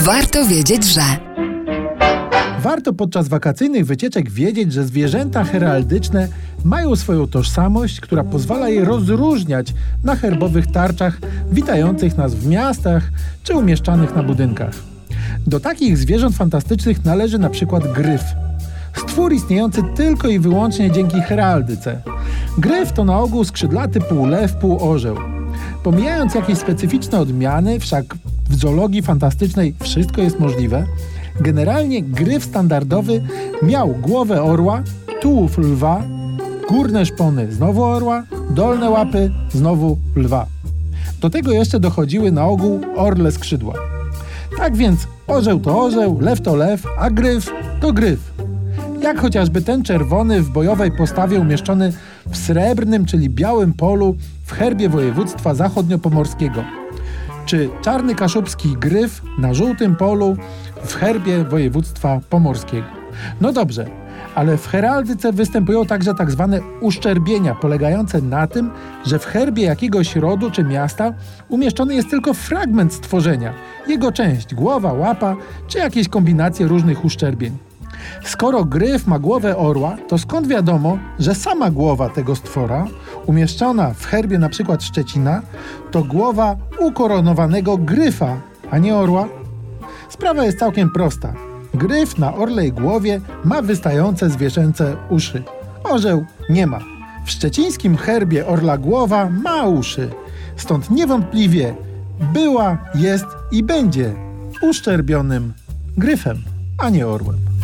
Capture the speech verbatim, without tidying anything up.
Warto wiedzieć, że... Warto podczas wakacyjnych wycieczek wiedzieć, że zwierzęta heraldyczne mają swoją tożsamość, która pozwala je rozróżniać na herbowych tarczach witających nas w miastach czy umieszczanych na budynkach. Do takich zwierząt fantastycznych należy na przykład gryf. Stwór istniejący tylko i wyłącznie dzięki heraldyce. Gryf to na ogół skrzydlaty półlew, półorzeł. Pomijając jakieś specyficzne odmiany, wszak w zoologii fantastycznej wszystko jest możliwe, generalnie gryf standardowy miał głowę orła, tułów lwa, górne szpony znowu orła, dolne łapy znowu lwa. Do tego jeszcze dochodziły na ogół orle skrzydła. Tak więc orzeł to orzeł, lew to lew, a gryf to gryf. Jak chociażby ten czerwony w bojowej postawie umieszczony w srebrnym, czyli białym polu w herbie województwa zachodniopomorskiego. Czy czarny kaszubski gryf na żółtym polu w herbie województwa pomorskiego. No dobrze, ale w heraldyce występują także tak zwane uszczerbienia, polegające na tym, że w herbie jakiegoś rodu czy miasta umieszczony jest tylko fragment stworzenia, jego część, głowa, łapa, czy jakieś kombinacje różnych uszczerbień. Skoro gryf ma głowę orła, to skąd wiadomo, że sama głowa tego stwora, umieszczona w herbie na przykład Szczecina, to głowa ukoronowanego gryfa, a nie orła? Sprawa jest całkiem prosta. Gryf na orlej głowie ma wystające zwierzęce uszy. Orzeł nie ma. W szczecińskim herbie orla głowa ma uszy. Stąd niewątpliwie była, jest i będzie uszczerbionym gryfem, a nie orłem.